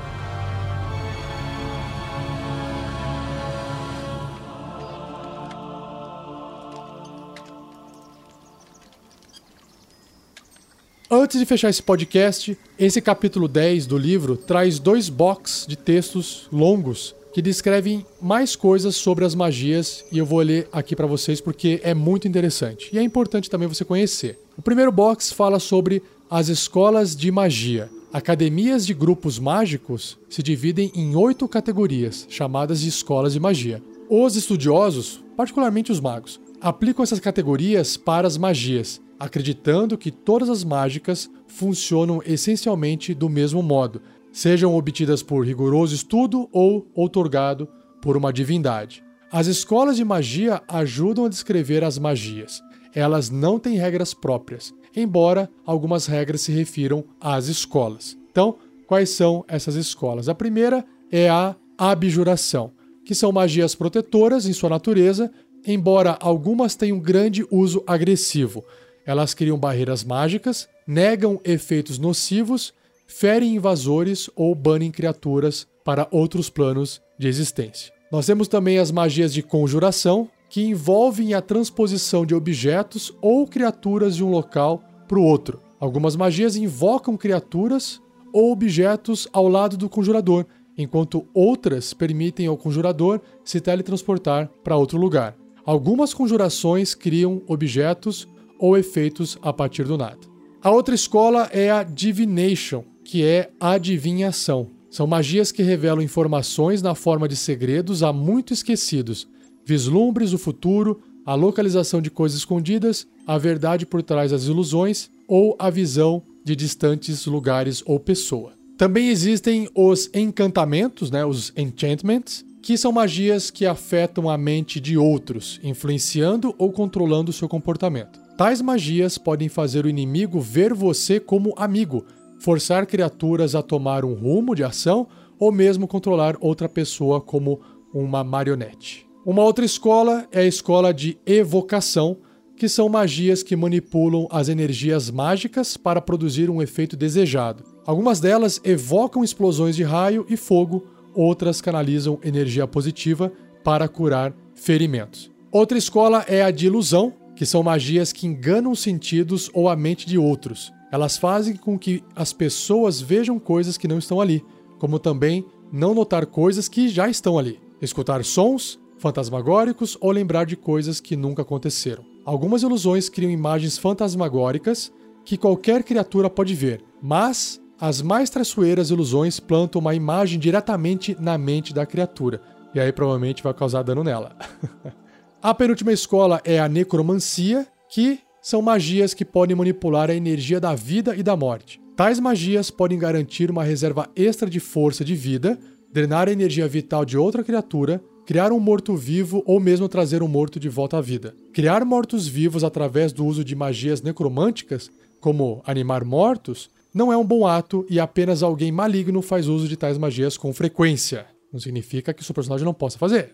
Antes de fechar esse podcast, esse capítulo 10 do livro traz 2 boxes de textos longos que descrevem mais coisas sobre as magias e eu vou ler aqui para vocês porque é muito interessante e é importante também você conhecer. O primeiro box fala sobre as escolas de magia. Academias de grupos mágicos se dividem em 8 categorias, chamadas de escolas de magia. Os estudiosos, particularmente os magos, aplicam essas categorias para as magias, acreditando que todas as mágicas funcionam essencialmente do mesmo modo, sejam obtidas por rigoroso estudo ou outorgado por uma divindade. As escolas de magia ajudam a descrever as magias. Elas não têm regras próprias, embora algumas regras se refiram às escolas. Então, quais são essas escolas? A primeira é a abjuração, que são magias protetoras em sua natureza, embora algumas tenham grande uso agressivo. Elas criam barreiras mágicas, negam efeitos nocivos, ferem invasores ou banem criaturas para outros planos de existência. Nós temos também as magias de conjuração, que envolvem a transposição de objetos ou criaturas de um local para o outro. Algumas magias invocam criaturas ou objetos ao lado do conjurador, enquanto outras permitem ao conjurador se teletransportar para outro lugar. Algumas conjurações criam objetos ou efeitos a partir do nada. A outra escola é a divination, que é a adivinhação. São magias que revelam informações na forma de segredos há muito esquecidos, vislumbres do futuro, a localização de coisas escondidas, a verdade por trás das ilusões ou a visão de distantes lugares ou pessoa. Também existem os encantamentos, os enchantments, que são magias que afetam a mente de outros, influenciando ou controlando seu comportamento. Tais magias podem fazer o inimigo ver você como amigo, forçar criaturas a tomar um rumo de ação ou mesmo controlar outra pessoa como uma marionete. Uma outra escola é a escola de evocação, que são magias que manipulam as energias mágicas para produzir um efeito desejado. Algumas delas evocam explosões de raio e fogo, outras canalizam energia positiva para curar ferimentos. Outra escola é a de ilusão, que são magias que enganam os sentidos ou a mente de outros. Elas fazem com que as pessoas vejam coisas que não estão ali, como também não notar coisas que já estão ali, escutar sons fantasmagóricos ou lembrar de coisas que nunca aconteceram. Algumas ilusões criam imagens fantasmagóricas que qualquer criatura pode ver, mas as mais traiçoeiras ilusões plantam uma imagem diretamente na mente da criatura, e aí provavelmente vai causar dano nela. A penúltima escola é a necromancia, que são magias que podem manipular a energia da vida e da morte. Tais magias podem garantir uma reserva extra de força de vida, drenar a energia vital de outra criatura, criar um morto-vivo ou mesmo trazer um morto de volta à vida. Criar mortos-vivos através do uso de magias necromânticas, como animar mortos, não é um bom ato e apenas alguém maligno faz uso de tais magias com frequência. Não significa que o seu personagem não possa fazer.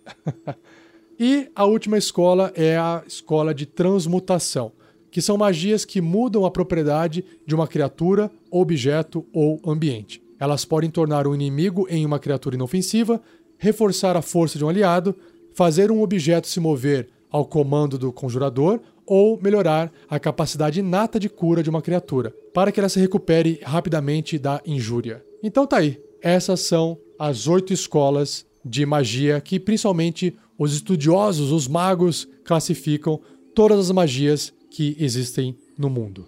E a última escola é a escola de transmutação, que são magias que mudam a propriedade de uma criatura, objeto ou ambiente. Elas podem tornar um inimigo em uma criatura inofensiva, reforçar a força de um aliado, fazer um objeto se mover ao comando do conjurador ou melhorar a capacidade inata de cura de uma criatura, para que ela se recupere rapidamente da injúria. Então tá aí, essas são as 8 escolas de magia que principalmente os estudiosos, os magos, classificam todas as magias que existem no mundo.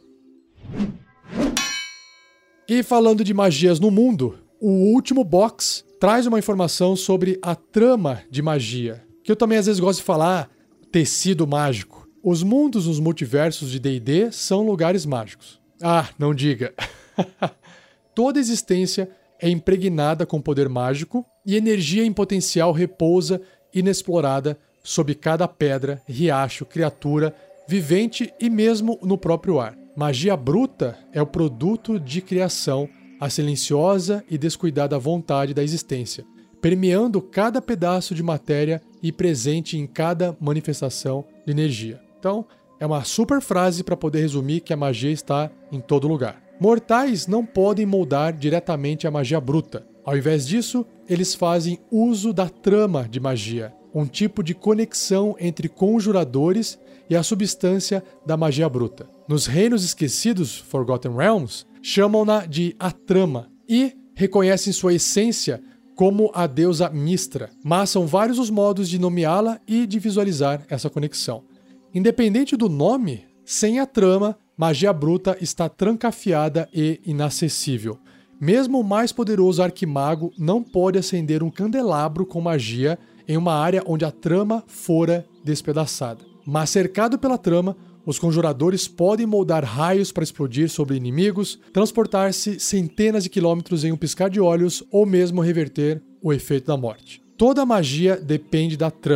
E falando de magias no mundo, o último box traz uma informação sobre a trama de magia, que eu também às vezes gosto de falar tecido mágico. Os mundos nos multiversos de D&D são lugares mágicos. Ah, não diga! Toda existência é impregnada com poder mágico e energia em potencial repousa inexplorada sob cada pedra, riacho, criatura, vivente e mesmo no próprio ar. Magia bruta é o produto de criação, a silenciosa e descuidada vontade da existência, permeando cada pedaço de matéria e presente em cada manifestação de energia. Então, é uma super frase para poder resumir que a magia está em todo lugar. Mortais não podem moldar diretamente a magia bruta. Ao invés disso, eles fazem uso da trama de magia, um tipo de conexão entre conjuradores e a substância da magia bruta. Nos reinos esquecidos, Forgotten Realms, chamam-na de a trama e reconhecem sua essência como a deusa Mystra, mas são vários os modos de nomeá-la e de visualizar essa conexão. Independente do nome, sem a trama, magia bruta está trancafiada e inacessível. Mesmo o mais poderoso arquimago não pode acender um candelabro com magia em uma área onde a trama fora despedaçada. Mas cercado pela trama, os conjuradores podem moldar raios para explodir sobre inimigos, transportar-se centenas de quilômetros em um piscar de olhos ou mesmo reverter o efeito da morte. Toda magia depende da trama.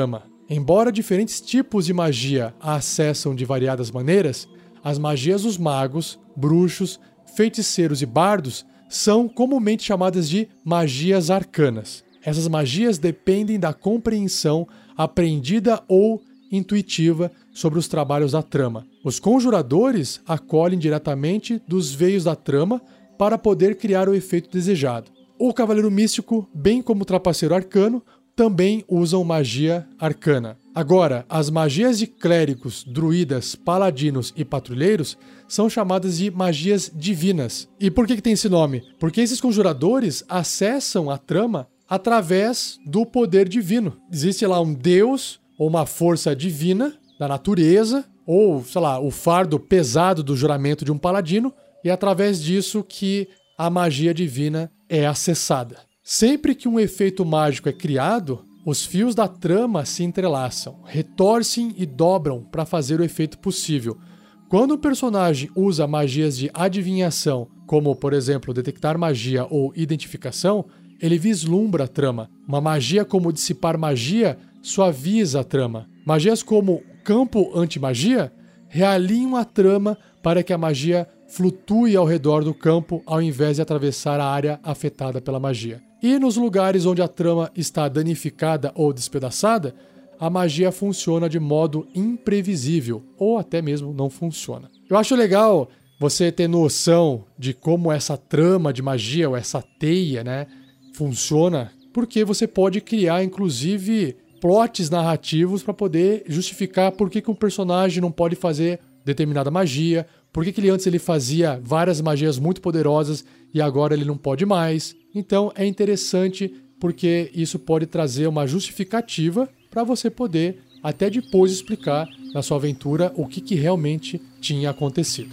Embora diferentes tipos de magia a acessam de variadas maneiras, as magias dos magos, bruxos, feiticeiros e bardos são comumente chamadas de magias arcanas. Essas magias dependem da compreensão aprendida ou intuitiva sobre os trabalhos da trama. Os conjuradores acolhem diretamente dos veios da trama para poder criar o efeito desejado. O cavaleiro místico, bem como o trapaceiro arcano, também usam magia arcana. Agora, as magias de clérigos, druidas, paladinos e patrulheiros são chamadas de magias divinas. E por que tem esse nome? Porque esses conjuradores acessam a trama através do poder divino. Existe lá um deus ou uma força divina da natureza, ou, sei lá, o fardo pesado do juramento de um paladino, e é através disso que a magia divina é acessada. Sempre que um efeito mágico é criado, os fios da trama se entrelaçam, retorcem e dobram para fazer o efeito possível. Quando o personagem usa magias de adivinhação, como, por exemplo, detectar magia ou identificação, ele vislumbra a trama. Uma magia como dissipar magia suaviza a trama. Magias como campo anti-magia realinham a trama para que a magia flutue ao redor do campo ao invés de atravessar a área afetada pela magia. E nos lugares onde a trama está danificada ou despedaçada, a magia funciona de modo imprevisível, ou até mesmo não funciona. Eu acho legal você ter noção de como essa trama de magia, ou essa teia, funciona, porque você pode criar, inclusive, plots narrativos para poder justificar por que um personagem não pode fazer determinada magia, por que ele antes ele fazia várias magias muito poderosas e agora ele não pode mais. Então é interessante porque isso pode trazer uma justificativa para você poder até depois explicar na sua aventura o que realmente tinha acontecido.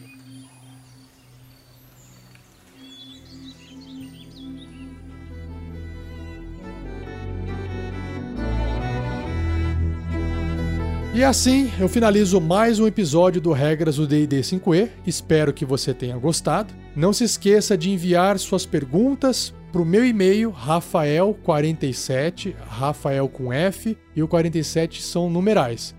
E assim, eu finalizo mais um episódio do Regras do D&D 5e. Espero que você tenha gostado. Não se esqueça de enviar suas perguntas para o meu e-mail, Rafael47, Rafael com F, e o 47 são numerais,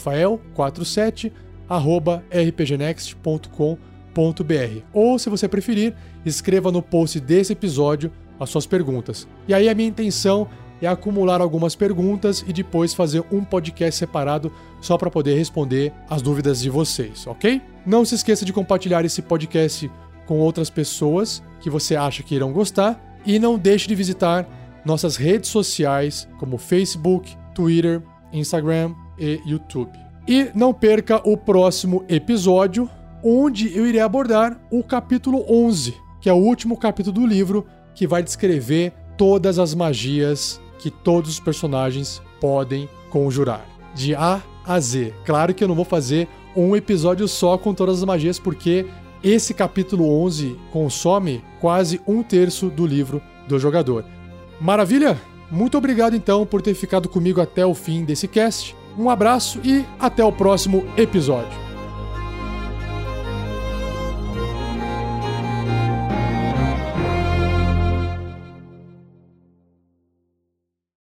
rafael47@rpgnext.com.br. Ou, se você preferir, escreva no post desse episódio as suas perguntas. E aí a minha intenção é acumular algumas perguntas e depois fazer um podcast separado só para poder responder as dúvidas de vocês, ok? Não se esqueça de compartilhar esse podcast com outras pessoas que você acha que irão gostar e não deixe de visitar nossas redes sociais como Facebook, Twitter, Instagram e YouTube. E não perca o próximo episódio, onde eu irei abordar o capítulo 11, que é o último capítulo do livro, que vai descrever todas as magias que todos os personagens podem conjurar, de A a Z. Claro que eu não vou fazer um episódio só com todas as magias, porque esse capítulo 11 consome quase 1/3 do livro do jogador. Maravilha? Muito obrigado então por ter ficado comigo até o fim desse cast. Um abraço e até o próximo episódio.